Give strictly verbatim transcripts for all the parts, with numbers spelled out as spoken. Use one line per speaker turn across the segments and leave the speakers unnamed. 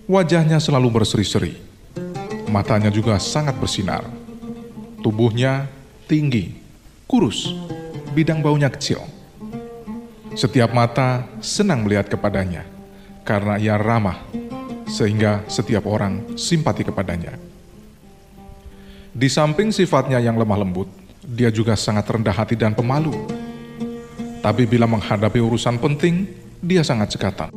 Wajahnya selalu berseri-seri. Matanya juga sangat bersinar. Tubuhnya tinggi, kurus, bidang baunya kecil. Setiap mata senang melihat kepadanya karena ia ramah, sehingga setiap orang simpati kepadanya. Di samping sifatnya yang lemah lembut, dia juga sangat rendah hati dan pemalu. Tapi bila menghadapi urusan penting, dia sangat cekatan.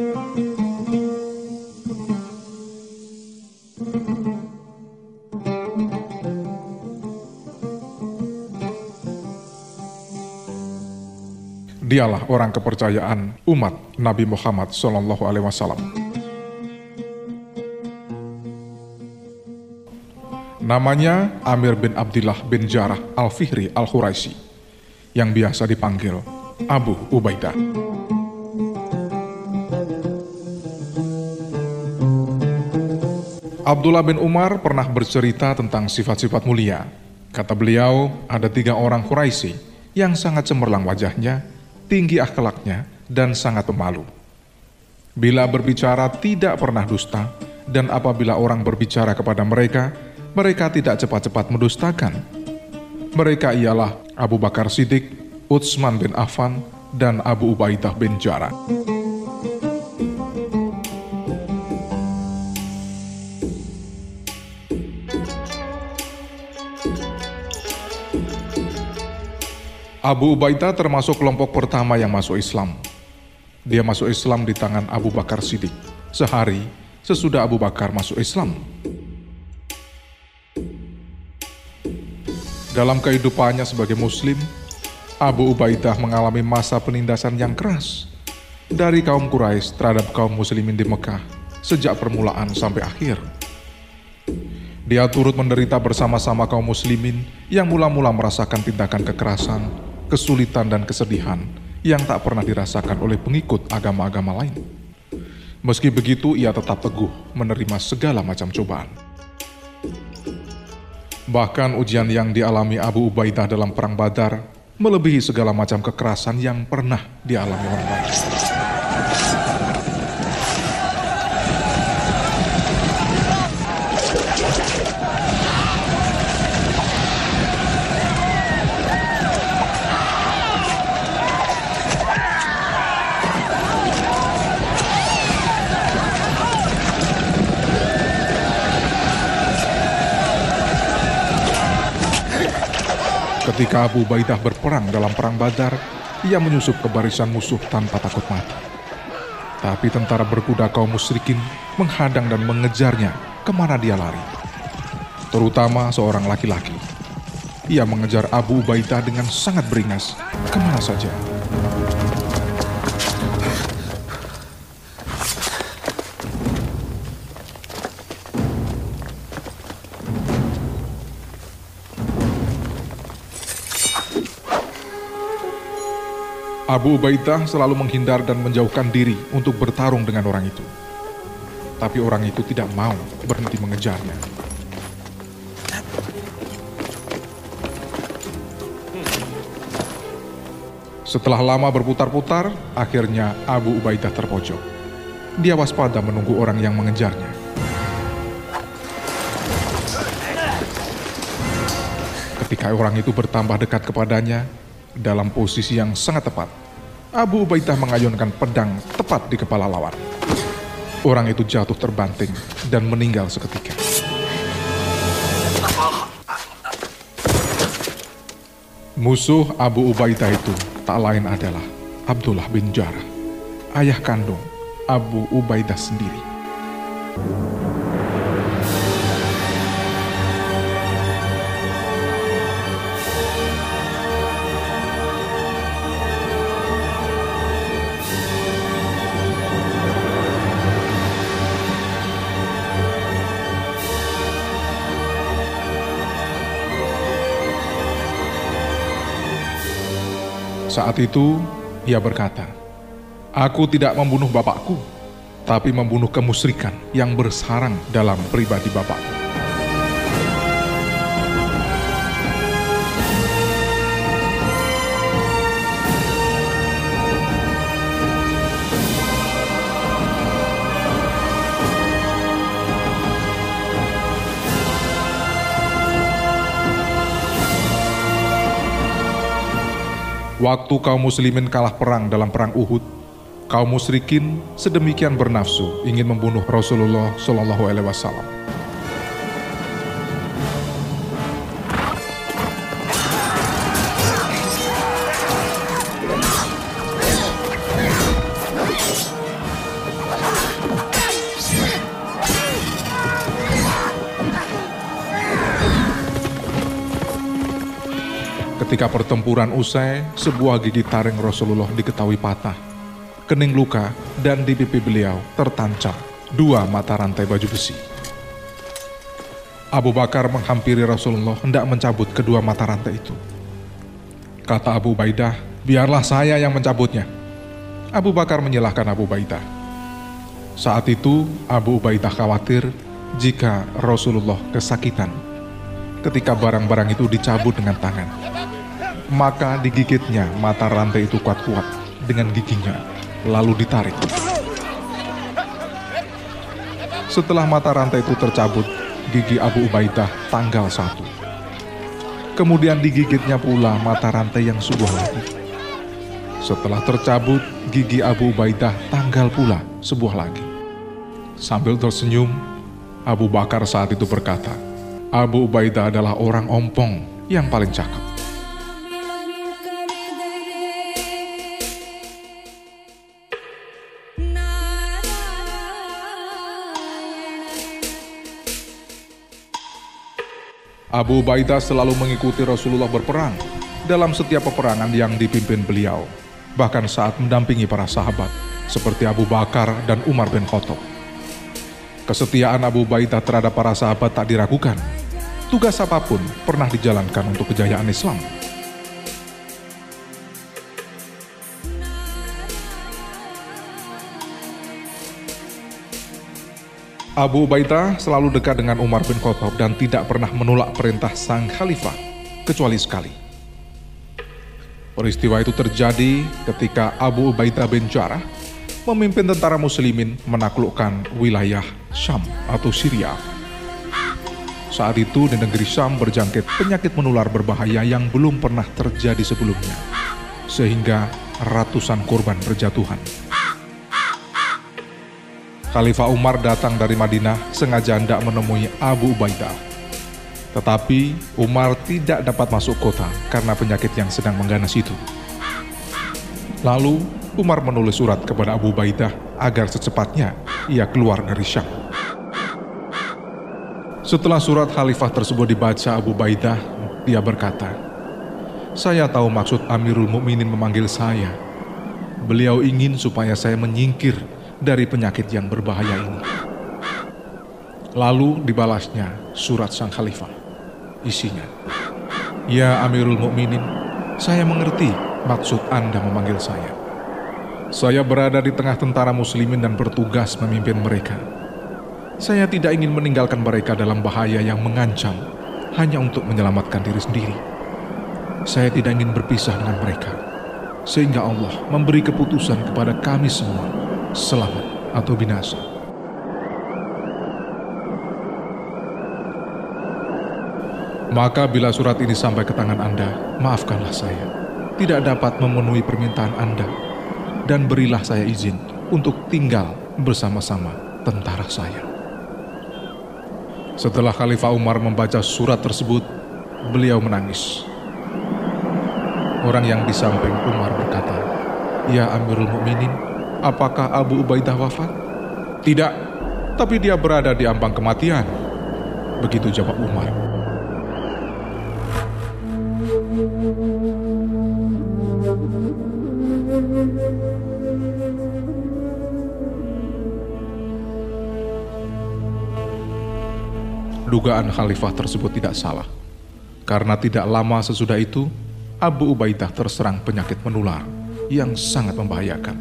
Dialah orang kepercayaan umat Nabi Muhammad shallallahu alaihi wasallam. Namanya Amir bin Abdillah bin Jarrah al-Fihri al-Quraisy, yang biasa dipanggil Abu Ubaidah. Abdullah bin Umar pernah bercerita tentang sifat-sifat mulia. Kata beliau, ada tiga orang Quraisy yang sangat cemerlang wajahnya, tinggi akhlaknya, dan sangat pemalu. Bila berbicara tidak pernah dusta, dan apabila orang berbicara kepada mereka, mereka tidak cepat-cepat mendustakan. Mereka ialah Abu Bakar Siddiq, Utsman bin Affan, dan Abu Ubaidah bin Jarrah. Abu Ubaidah termasuk kelompok pertama yang masuk Islam. Dia masuk Islam di tangan Abu Bakar Siddiq, sehari sesudah Abu Bakar masuk Islam. Dalam kehidupannya sebagai Muslim, Abu Ubaidah mengalami masa penindasan yang keras dari kaum Quraisy terhadap kaum Muslimin di Mekah sejak permulaan sampai akhir. Dia turut menderita bersama-sama kaum Muslimin yang mula-mula merasakan tindakan kekerasan, kesulitan dan kesedihan yang tak pernah dirasakan oleh pengikut agama-agama lain. Meski begitu, ia tetap teguh menerima segala macam cobaan. Bahkan ujian yang dialami Abu Ubaidah dalam Perang Badar melebihi segala macam kekerasan yang pernah dialami orang lain. Ketika Abu Ubaidah berperang dalam Perang Badar, ia menyusup ke barisan musuh tanpa takut mati. Tapi tentara berkuda kaum musyrikin menghadang dan mengejarnya kemana dia lari. Terutama seorang laki-laki. Ia mengejar Abu Ubaidah dengan sangat beringas kemana saja. Abu Ubaidah selalu menghindar dan menjauhkan diri untuk bertarung dengan orang itu. Tapi orang itu tidak mau berhenti mengejarnya. Setelah lama berputar-putar, akhirnya Abu Ubaidah terpojok. Dia waspada menunggu orang yang mengejarnya. Ketika orang itu bertambah dekat kepadanya, dalam posisi yang sangat tepat, Abu Ubaidah mengayunkan pedang tepat di kepala lawan. Orang itu jatuh terbanting dan meninggal seketika. Musuh Abu Ubaidah itu tak lain adalah Abdullah bin Jarrah, ayah kandung Abu Ubaidah sendiri. Saat itu, ia berkata, "Aku tidak membunuh bapakku, tapi membunuh kemusyrikan yang bersarang dalam pribadi bapakku." Waktu kaum muslimin kalah perang dalam perang Uhud, kaum musyrikin sedemikian bernafsu ingin membunuh Rasulullah Shallallahu Alaihi Wasallam. Ketika pertempuran usai, sebuah gigi taring Rasulullah diketahui patah, kening luka, dan di pipi beliau tertancap dua mata rantai baju besi. Abu Bakar menghampiri Rasulullah hendak mencabut kedua mata rantai itu. Kata Abu Ubaidah, biarlah saya yang mencabutnya. Abu Bakar menyilahkan Abu Ubaidah. Saat itu Abu Ubaidah khawatir jika Rasulullah kesakitan ketika barang-barang itu dicabut dengan tangan. Maka digigitnya mata rantai itu kuat-kuat dengan giginya, lalu ditarik. Setelah mata rantai itu tercabut, gigi Abu Ubaidah tanggal satu. Kemudian digigitnya pula mata rantai yang sebuah lagi. Setelah tercabut, gigi Abu Ubaidah tanggal pula sebuah lagi. Sambil tersenyum, Abu Bakar saat itu berkata, Abu Ubaidah adalah orang ompong yang paling cakap. Abu Ubaidah selalu mengikuti Rasulullah berperang dalam setiap peperangan yang dipimpin beliau, bahkan saat mendampingi para sahabat seperti Abu Bakar dan Umar bin Khattab. Kesetiaan Abu Ubaidah terhadap para sahabat tak diragukan. Tugas apapun pernah dijalankan untuk kejayaan Islam. Abu Ubaidah selalu dekat dengan Umar bin Khattab dan tidak pernah menolak perintah sang khalifah, kecuali sekali. Peristiwa itu terjadi ketika Abu Ubaidah bin Jarrah memimpin tentara muslimin menaklukkan wilayah Syam atau Syria. Saat itu di negeri Syam berjangkit penyakit menular berbahaya yang belum pernah terjadi sebelumnya, sehingga ratusan korban berjatuhan. Khalifah Umar datang dari Madinah sengaja hendak menemui Abu Ubaidah. Tetapi Umar tidak dapat masuk kota karena penyakit yang sedang mengganas itu. Lalu Umar menulis surat kepada Abu Ubaidah agar secepatnya ia keluar dari Syam. Setelah surat khalifah tersebut dibaca Abu Ubaidah, dia berkata, "Saya tahu maksud Amirul Mukminin memanggil saya. Beliau ingin supaya saya menyingkir dari penyakit yang berbahaya ini." Lalu dibalasnya surat sang khalifah. Isinya, "Ya Amirul Mukminin, saya mengerti maksud Anda memanggil saya. Saya berada di tengah tentara muslimin dan bertugas memimpin mereka. Saya tidak ingin meninggalkan mereka dalam bahaya yang mengancam hanya untuk menyelamatkan diri sendiri. Saya tidak ingin berpisah dengan mereka, sehingga Allah memberi keputusan kepada kami semua, selamat atau binasa." Maka bila surat ini sampai ke tangan Anda, maafkanlah saya, tidak dapat memenuhi permintaan Anda, dan berilah saya izin untuk tinggal bersama-sama tentara saya. Setelah Khalifah Umar membaca surat tersebut, beliau menangis. Orang yang di samping Umar berkata, "Ya Amirul Mukminin, apakah Abu Ubaidah wafat?" "Tidak, tapi dia berada di ambang kematian." Begitu jawab Umar. Dugaan khalifah tersebut tidak salah, karena tidak lama sesudah itu Abu Ubaidah terserang penyakit menular yang sangat membahayakan.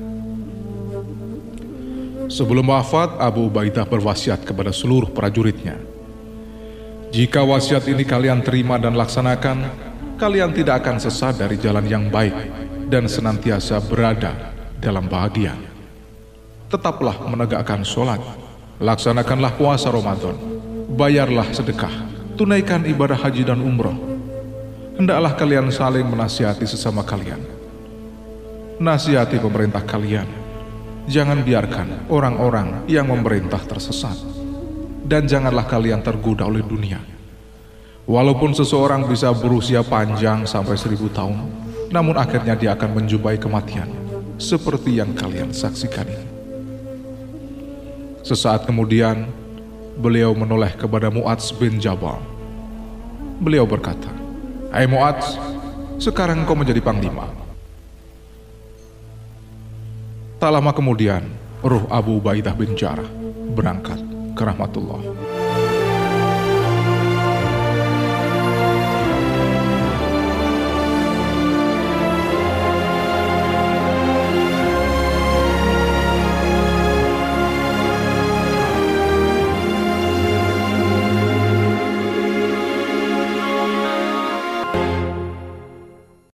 Sebelum wafat, Abu Ubaidah berwasiat kepada seluruh prajuritnya, "Jika wasiat ini kalian terima dan laksanakan, kalian tidak akan sesat dari jalan yang baik dan senantiasa berada dalam bahagia. Tetaplah menegakkan sholat, laksanakanlah puasa Ramadan, bayarlah sedekah, tunaikan ibadah haji dan umroh. Hendaklah kalian saling menasihati sesama kalian, nasihati pemerintah kalian. Jangan biarkan orang-orang yang memerintah tersesat. Dan janganlah kalian tergoda oleh dunia. Walaupun seseorang bisa berusia panjang sampai seribu tahun, namun akhirnya dia akan menjumpai kematian, seperti yang kalian saksikan ini. Sesaat kemudian, beliau menoleh kepada Mu'adz bin Jabal. Beliau berkata, "Hai Mu'adz, sekarang kau menjadi panglima." Tak lama kemudian, ruh Abu Ubaidah bin Jarrah berangkat ke rahmatullah.